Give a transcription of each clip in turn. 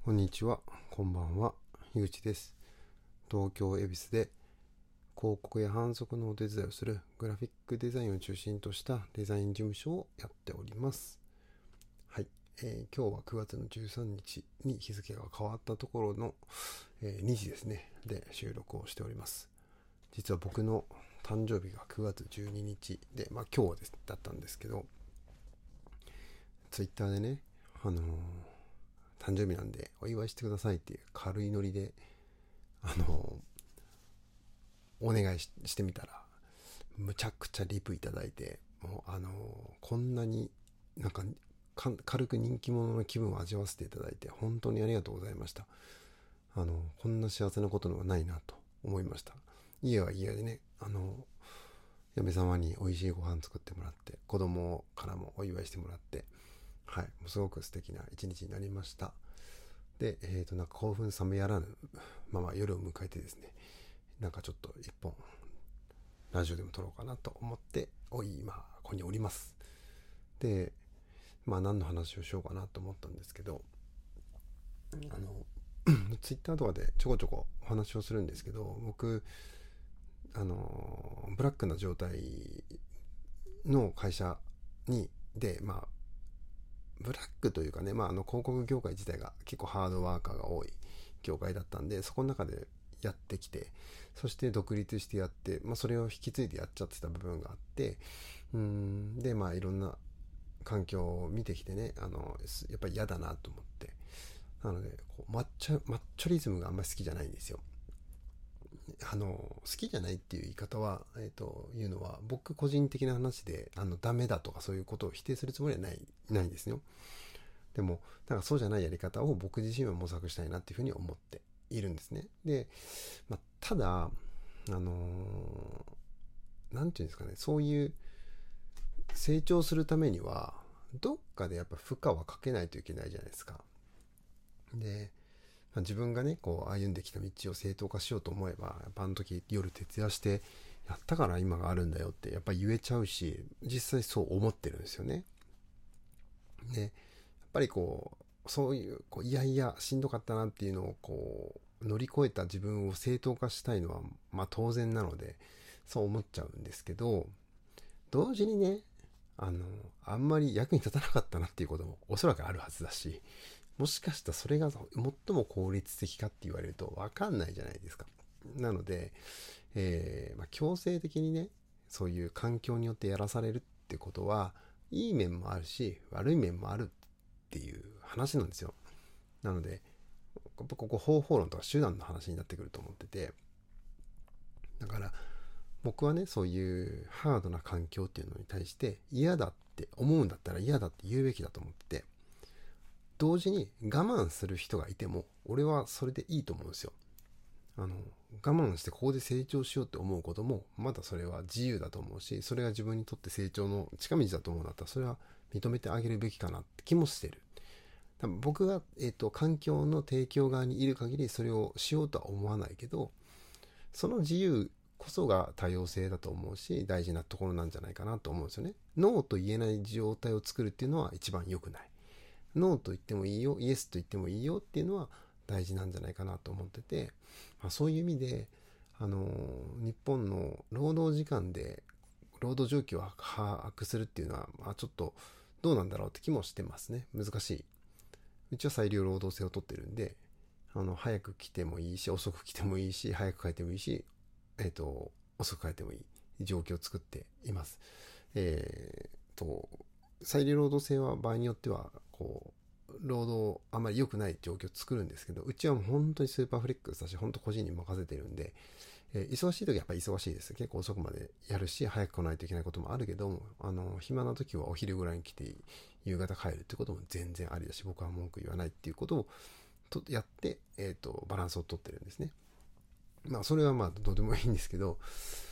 こんにちは、こんばんは、樋口です。東京恵比寿で広告や販促のお手伝いをするグラフィックデザインを中心としたデザイン事務所をやっております。はい、今日は9月の13日に日付が変わったところの、2時ですね、で収録をしております。実は僕の誕生日が9月12日で、今日だったんですけど、ツイッターでね、誕生日なんでお祝いしてくださいっていう軽いノリでお願いしてみたら、むちゃくちゃリプいただいて、もうこんなになんか軽く人気者の気分を味わわせていただいて本当にありがとうございました。こんな幸せなことのはないなと思いました。家は家でね、嫁様に美味しいご飯作ってもらって、子供からもお祝いしてもらって、はい、もうすごく素敵な一日になりました。で、なんか興奮冷めやらぬまま夜を迎えてですね、なんかちょっと一本ラジオでも撮ろうかなと思って今ここにおります。で、何の話をしようかなと思ったんですけど、ツイッターとかでちょこちょこお話をするんですけど、僕ブラックな状態の会社で、ブラックというかね、広告業界自体が結構ハードワーカーが多い業界だったんで、そこの中でやってきて、そして独立してやって、それを引き継いでやっちゃってた部分があって、で、いろんな環境を見てきてね、やっぱり嫌だなと思って、なのでマッチョリズムがあんまり好きじゃないんですよ。好きじゃないっていう言い方は、いうのは僕個人的な話で、ダメだとかそういうことを否定するつもりはないんですよ。でもなんかそうじゃないやり方を僕自身は模索したいなっていうふうに思っているんですね。で、ただなんていうんですかね、そういう成長するためにはどっかでやっぱ負荷はかけないといけないじゃないですか。で、自分がねこう歩んできた道を正当化しようと思えば、やっぱあの時夜徹夜してやったから今があるんだよってやっぱ言えちゃうし、実際そう思ってるんですよね。で、やっぱりそういういやいやしんどかったなっていうのを乗り越えた自分を正当化したいのは当然なので、そう思っちゃうんですけど、同時にね、あんまり役に立たなかったなっていうこともおそらくあるはずだし、もしかしたらそれが最も効率的かって言われると分かんないじゃないですか。なので、強制的にね、そういう環境によってやらされるってことはいい面もあるし悪い面もあるっていう話なんですよ。なのでここ方法論とか手段の話になってくると思ってて、だから僕はね、そういうハードな環境っていうのに対して嫌だって思うんだったら嫌だって言うべきだと思ってて、同時に我慢する人がいても俺はそれでいいと思うんですよ。我慢してここで成長しようって思うこともまだそれは自由だと思うし、それが自分にとって成長の近道だと思うんだったら、それは認めてあげるべきかなって気もしてる。多分僕が、環境の提供側にいる限りそれをしようとは思わないけど、その自由こそが多様性だと思うし、大事なところなんじゃないかなと思うんですよね。ノーと言えない状態を作るっていうのは一番良くない。ノーと言ってもいいよ、イエスと言ってもいいよっていうのは大事なんじゃないかなと思ってて、そういう意味で、日本の労働時間で労働状況を把握するっていうのは、ちょっとどうなんだろうって気もしてますね。難しい。うちは裁量労働制を取ってるんで、早く来てもいいし、遅く来てもいいし、早く帰ってもいいし、遅く帰ってもいい状況を作っています。裁量労働制は場合によっては労働あんまり良くない状況を作るんですけど、うちはもう本当にスーパーフレックスだし、本当個人に任せてるんで、忙しい時はやっぱり忙しいです。結構遅くまでやるし、早く来ないといけないこともあるけども、暇な時はお昼ぐらいに来て夕方帰るってことも全然ありだし、僕は文句言わないっていうことをやって、バランスをとってるんですね。それはどうでもいいんですけど、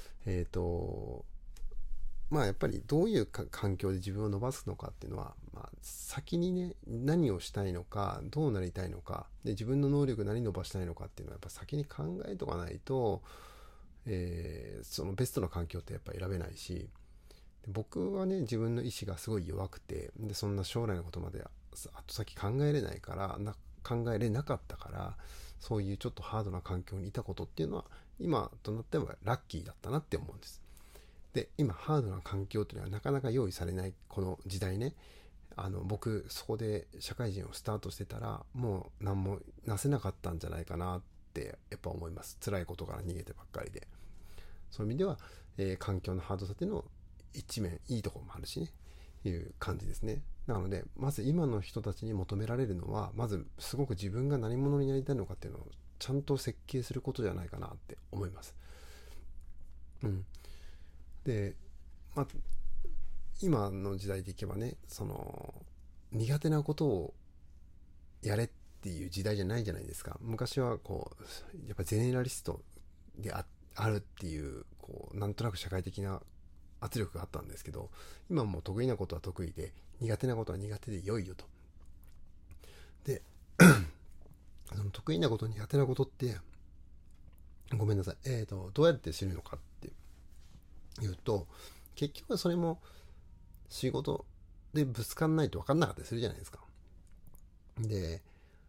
やっぱりどういう環境で自分を伸ばすのかっていうのは、先にね、何をしたいのか、どうなりたいのか、で自分の能力何伸ばしたいのかっていうのはやっぱ先に考えとかないと、そのベストな環境ってやっぱ選べないし、僕はね、自分の意志がすごい弱くて、でそんな将来のことまで後先考えれないから考えれなかったから、そういうちょっとハードな環境にいたことっていうのは今となってはラッキーだったなって思うんです。で、今ハードな環境っていうのはなかなか用意されないこの時代ね、僕そこで社会人をスタートしてたらもう何もなせなかったんじゃないかなってやっぱ思います。辛いことから逃げてばっかりで。そういう意味では、環境のハードさっていうのを一面いいところもあるしね、いう感じですね。なのでまず今の人たちに求められるのは、まずすごく自分が何者になりたいのかっていうのをちゃんと設計することじゃないかなって思います。で、まあ、今の時代でいけばね、苦手なことをやれっていう時代じゃないじゃないですか。昔はやっぱゼネラリストであるっていう、なんとなく社会的な圧力があったんですけど、今もう得意なことは得意で、苦手なことは苦手で良いよと。で、その得意なこと、苦手なことって、ごめんなさい。どうやって知るのかっていうと、結局はそれも仕事でぶつかんないと分かんなかったりするじゃないですか。で、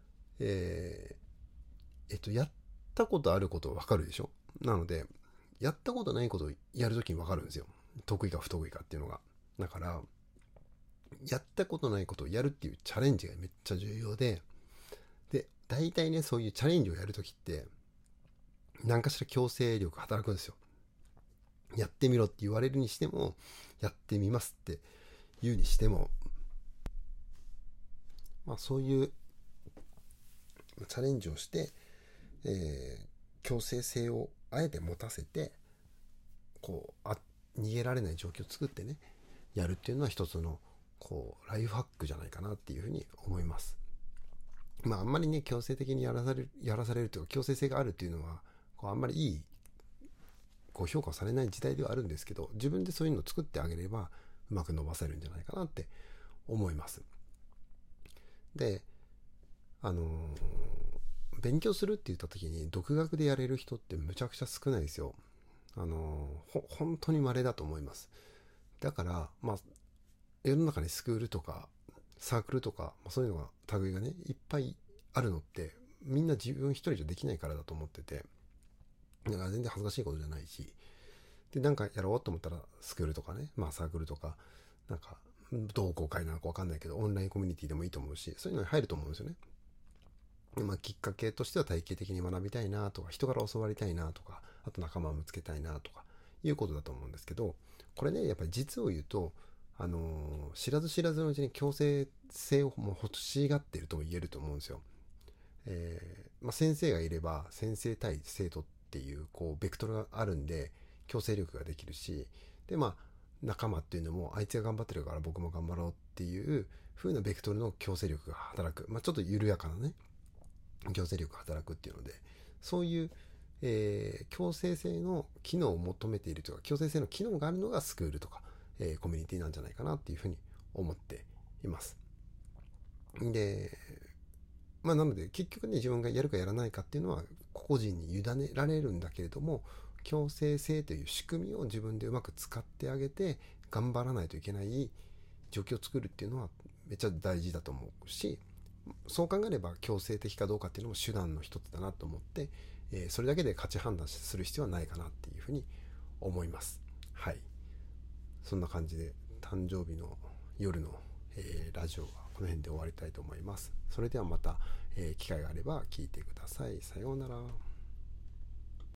やったことあること分かるでしょ。なので、やったことないことをやるときに分かるんですよ。得意か不得意かっていうのが。だから、やったことないことをやるっていうチャレンジがめっちゃ重要で、大体ね、そういうチャレンジをやるときって、何かしら強制力働くんですよ。やってみろって言われるにしても、やってみますって言うにしても、そういうチャレンジをして、強制性をあえて持たせて、逃げられない状況を作ってね、やるっていうのは一つのライフハックじゃないかなっていうふうに思います。あんまりね、強制的にやらされるというか、強制性があるっていうのはあんまりいい評価されない時代ではあるんですけど、自分でそういうのを作ってあげればうまく伸ばせるんじゃないかなって思います。で、勉強するって言った時に独学でやれる人ってむちゃくちゃ少ないですよ。本当に稀だと思います。だから世の中にスクールとかサークルとか、そういうのが類がねいっぱいあるのって、みんな自分一人じゃできないからだと思ってて、だから全然恥ずかしいことじゃないし、でなんかやろうと思ったらスクールとかね、サークルとか、なんか同好会なのか分かんないけどオンラインコミュニティでもいいと思うし、そういうのに入ると思うんですよね。きっかけとしては体系的に学びたいなとか、人から教わりたいなとか、あと仲間を見つけたいなとかいうことだと思うんですけど、これねやっぱり実を言うと、知らず知らずのうちに強制性をもう欲しがっているとも言えると思うんですよ。先生がいれば先生対生徒っていうベクトルがあるんで強制力ができるし、で仲間っていうのもあいつが頑張ってるから僕も頑張ろうっていう風なベクトルの強制力が働く、ちょっと緩やかなね強制力が働くっていうので、そういう、強制性の機能を求めているというか、強制性の機能があるのがスクールとか、コミュニティなんじゃないかなっていうふうに思っています。で、なので結局ね、自分がやるかやらないかっていうのは個々人に委ねられるんだけれども、強制性という仕組みを自分でうまく使ってあげて頑張らないといけない状況を作るっていうのはめっちゃ大事だと思うし、そう考えれば強制的かどうかっていうのも手段の一つだなと思って、それだけで価値判断する必要はないかなっていうふうに思います。はい、そんな感じで誕生日の夜の、ラジオはこの辺で終わりたいと思います。それではまた、機会があれば聞いてください。さようなら。